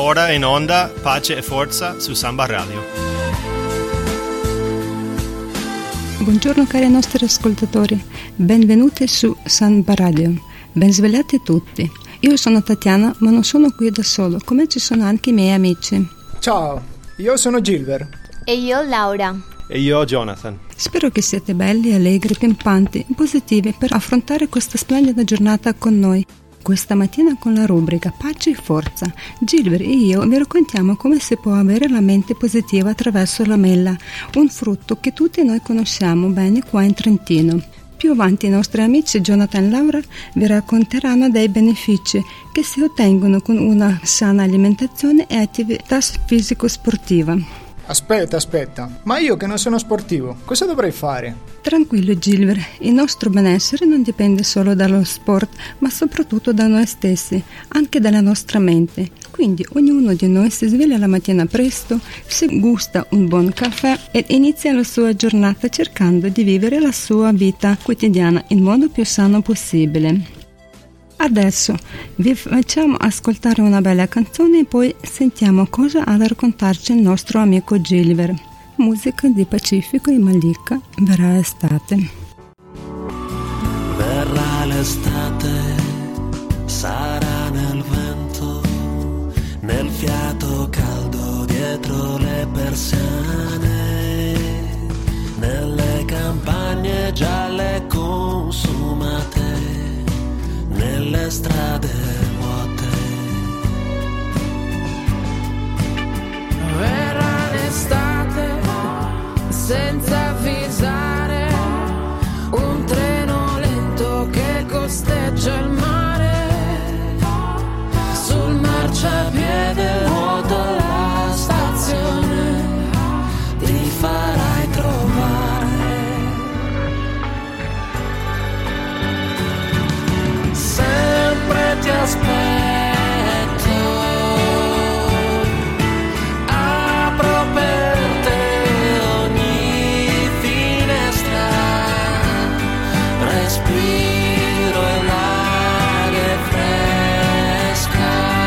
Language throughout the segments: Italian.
ora in onda Pace e Forza su Samba Radio. Buongiorno cari nostri ascoltatori, benvenuti su Samba Radio, ben svegliati tutti. Io sono Tatiana, ma non sono qui da solo, come ci sono anche i miei amici. Ciao, io sono Gilbert. E io Laura. E io Jonathan. Spero che siate belli, allegri, pimpanti, positivi per affrontare questa splendida giornata con noi. Questa mattina con la rubrica Pace e Forza, Gilbert e io vi raccontiamo come si può avere la mente positiva attraverso la mela, un frutto che tutti noi conosciamo bene qua in Trentino. Più avanti i nostri amici Jonathan e Laura vi racconteranno dei benefici che si ottengono con una sana alimentazione e attività fisico-sportiva. Aspetta, ma io che non sono sportivo, cosa dovrei fare? Tranquillo Gilbert, il nostro benessere non dipende solo dallo sport, ma soprattutto da noi stessi, anche dalla nostra mente. Quindi ognuno di noi si sveglia la mattina presto, si gusta un buon caffè e inizia la sua giornata cercando di vivere la sua vita quotidiana in modo più sano possibile. Adesso vi facciamo ascoltare una bella canzone e poi sentiamo cosa ha da raccontarci il nostro amico Gilbert. Musica di Pacifico e Malika, verrà estate. Verrà l'estate, sarà nel vento, nel fiato caldo dietro le persiane, nelle campagne gialle consumate, nelle strade vuote. Verrà l'estate senza avvisare, un treno lento che costeggia il mare, sul marciapiede vuoto la stazione ti farai trovare. Sempre ti aspetto, apro per te ogni finestra, respiro l'aria fresca.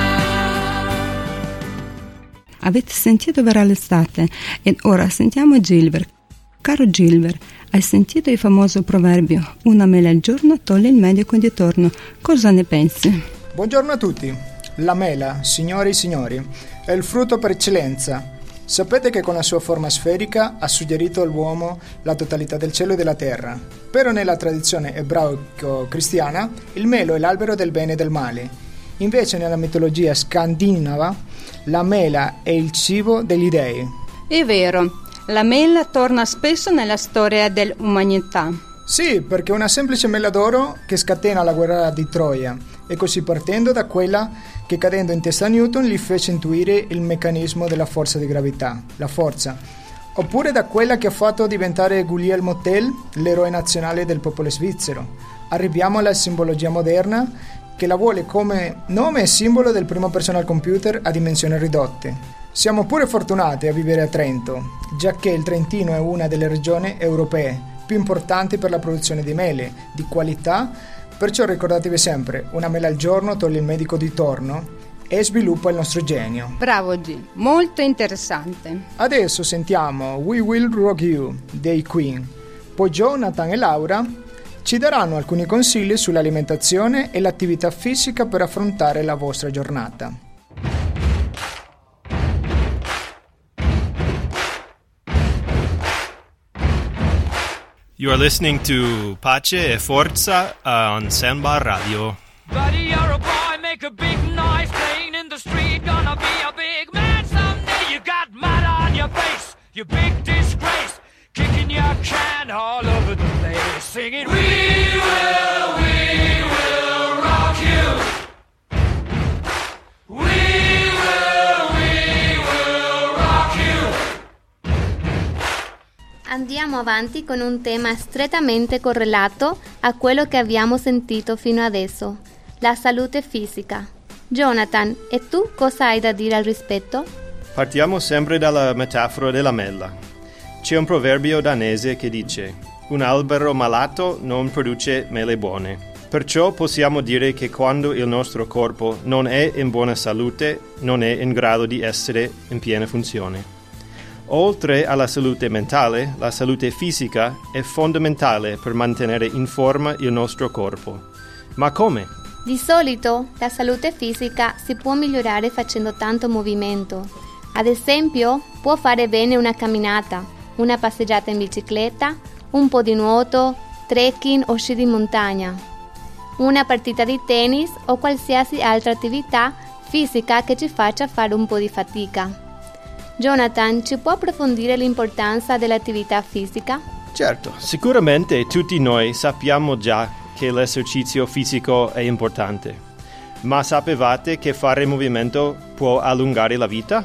Avete sentito verrà l'estate e ora sentiamo Gilbert. Caro Gilbert, hai sentito il famoso proverbio una mela al giorno toglie il medico di torno, cosa ne pensi? Buongiorno a tutti. La mela, signore e signori, è il frutto per eccellenza. Sapete che con la sua forma sferica ha all'uomo la totalità del cielo e della terra. Però nella tradizione ebraico-cristiana il melo è l'albero del bene e del male. Invece nella mitologia scandinava la mela è il cibo degli dei. È vero, la mela torna spesso nella storia dell'umanità. Sì, perché è una semplice mela d'oro che scatena la guerra di Troia, e così partendo da quella che cadendo in testa a Newton gli fece intuire il meccanismo della forza di gravità, la forza, oppure da quella che ha fatto diventare Guglielmo Tell l'eroe nazionale del popolo svizzero. Arriviamo alla simbologia moderna che la vuole come nome e simbolo del primo personal computer a dimensioni ridotte. Siamo pure fortunati a vivere a Trento, giacché il Trentino è una delle regioni europee più importanti per la produzione di mele, di qualità, perciò ricordatevi sempre, una mela al giorno toglie il medico di torno e sviluppa il nostro genio. Bravo G, molto interessante. Adesso sentiamo We Will Rock You dei Queen, poi Jonathan e Laura ci daranno alcuni consigli sull'alimentazione e l'attività fisica per affrontare la vostra giornata. You are listening to Pace e Forza on Samba Radio. Buddy, you're a boy, make a big noise, playing in the street, gonna be a big man someday. You got mud on your face, you big disgrace, kicking your can all over the place, singing We will rock you. We will rock you. Andiamo avanti con un tema strettamente correlato a quello che abbiamo sentito fino adesso, la salute fisica. Jonathan, e tu cosa hai da dire al rispetto? Partiamo sempre dalla metafora della mela. C'è un proverbio danese che dice: un albero malato non produce mele buone. Perciò possiamo dire che quando il nostro corpo non è in buona salute, non è in grado di essere in piena funzione. Oltre alla salute mentale, la salute fisica è fondamentale per mantenere in forma il nostro corpo. Ma come? Di solito la salute fisica si può migliorare facendo tanto movimento. Ad esempio, può fare bene una camminata, una passeggiata in bicicletta, un po' di nuoto, trekking o sci di montagna, una partita di tennis o qualsiasi altra attività fisica che ci faccia fare un po' di fatica. Jonathan, ci può approfondire l'importanza dell'attività fisica? Certo, sicuramente tutti noi sappiamo già che l'esercizio fisico è importante. Ma sapevate che fare movimento può allungare la vita?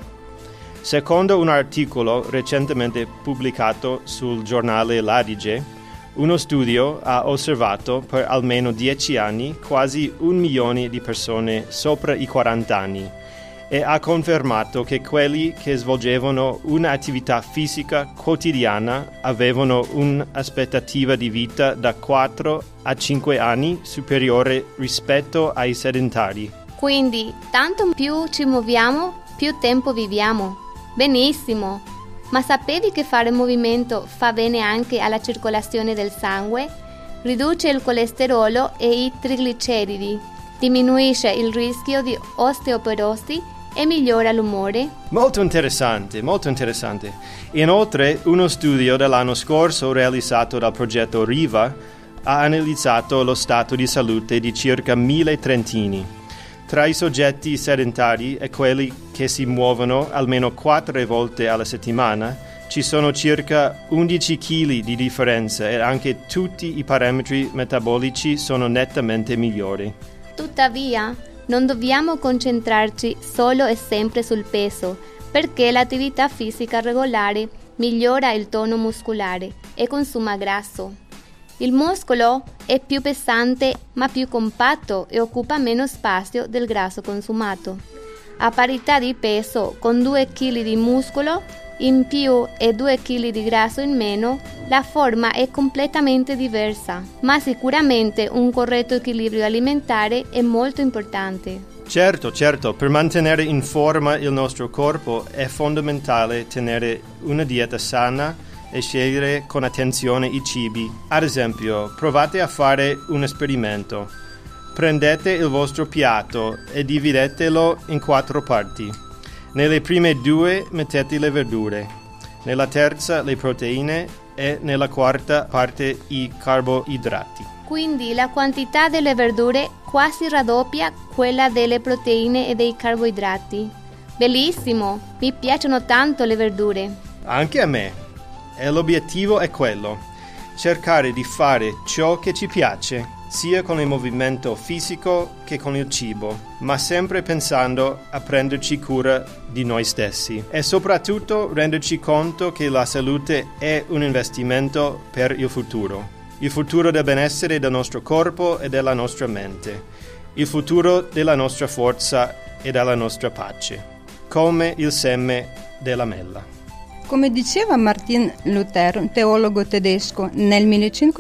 Secondo un articolo recentemente pubblicato sul giornale l'Adige, uno studio ha osservato per almeno 10 anni quasi 1 milione di persone sopra i 40 anni e ha confermato che quelli che svolgevano un'attività fisica quotidiana avevano un'aspettativa di vita da 4 a 5 anni superiore rispetto ai sedentari. Quindi, tanto più ci muoviamo, più tempo viviamo. Benissimo! Ma sapevi che fare movimento fa bene anche alla circolazione del sangue? Riduce il colesterolo e i trigliceridi, diminuisce il rischio di osteoporosi e migliora l'umore? Molto interessante, molto interessante. Inoltre, uno studio dell'anno scorso realizzato dal progetto Riva ha analizzato lo stato di salute di circa 1000 trentini. Tra i soggetti sedentari e quelli che si muovono almeno 4 volte alla settimana ci sono circa 11 kg di differenza e anche tutti i parametri metabolici sono nettamente migliori. Tuttavia, non dobbiamo concentrarci solo e sempre sul peso, perché l'attività fisica regolare migliora il tono muscolare e consuma grasso. Il muscolo è più pesante ma più compatto e occupa meno spazio del grasso consumato. A parità di peso, con 2 kg di muscolo in più e 2 kg di grasso in meno, la forma è completamente diversa, ma sicuramente un corretto equilibrio alimentare è molto importante. Certo, per mantenere in forma il nostro corpo è fondamentale tenere una dieta sana e scegliere con attenzione i cibi. Ad esempio, provate a fare un esperimento. Prendete il vostro piatto e dividetelo in 4 parti. Nelle prime 2 mettete le verdure, nella terza le proteine e nella quarta parte i carboidrati. Quindi la quantità delle verdure quasi raddoppia quella delle proteine e dei carboidrati. Bellissimo! Mi piacciono tanto le verdure. Anche a me. E l'obiettivo è quello, cercare di fare ciò che ci piace, sia con il movimento fisico che con il cibo, ma sempre pensando a prenderci cura di noi stessi e soprattutto renderci conto che la salute è un investimento per il futuro del benessere del nostro corpo e della nostra mente, il futuro della nostra forza e della nostra pace, come il seme della mela. Come diceva Martin Luther, un teologo tedesco, nel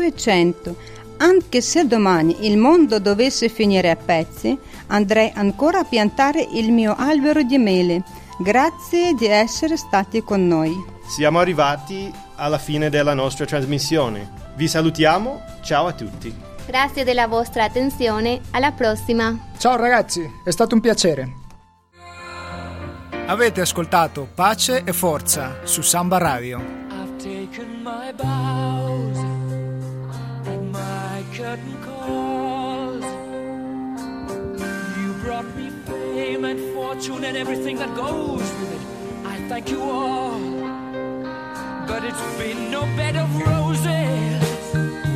1500, anche se domani il mondo dovesse finire a pezzi, andrei ancora a piantare il mio albero di mele. Grazie di essere stati con noi. Siamo arrivati alla fine della nostra trasmissione. Vi salutiamo, ciao a tutti. Grazie della vostra attenzione, alla prossima. Ciao ragazzi, è stato un piacere. Avete ascoltato Pace e Forza su Samba Radio. I've taken my bows and my curtain calls. You brought me fame and fortune and everything that goes with it. I thank you all, but it's been no bed of roses.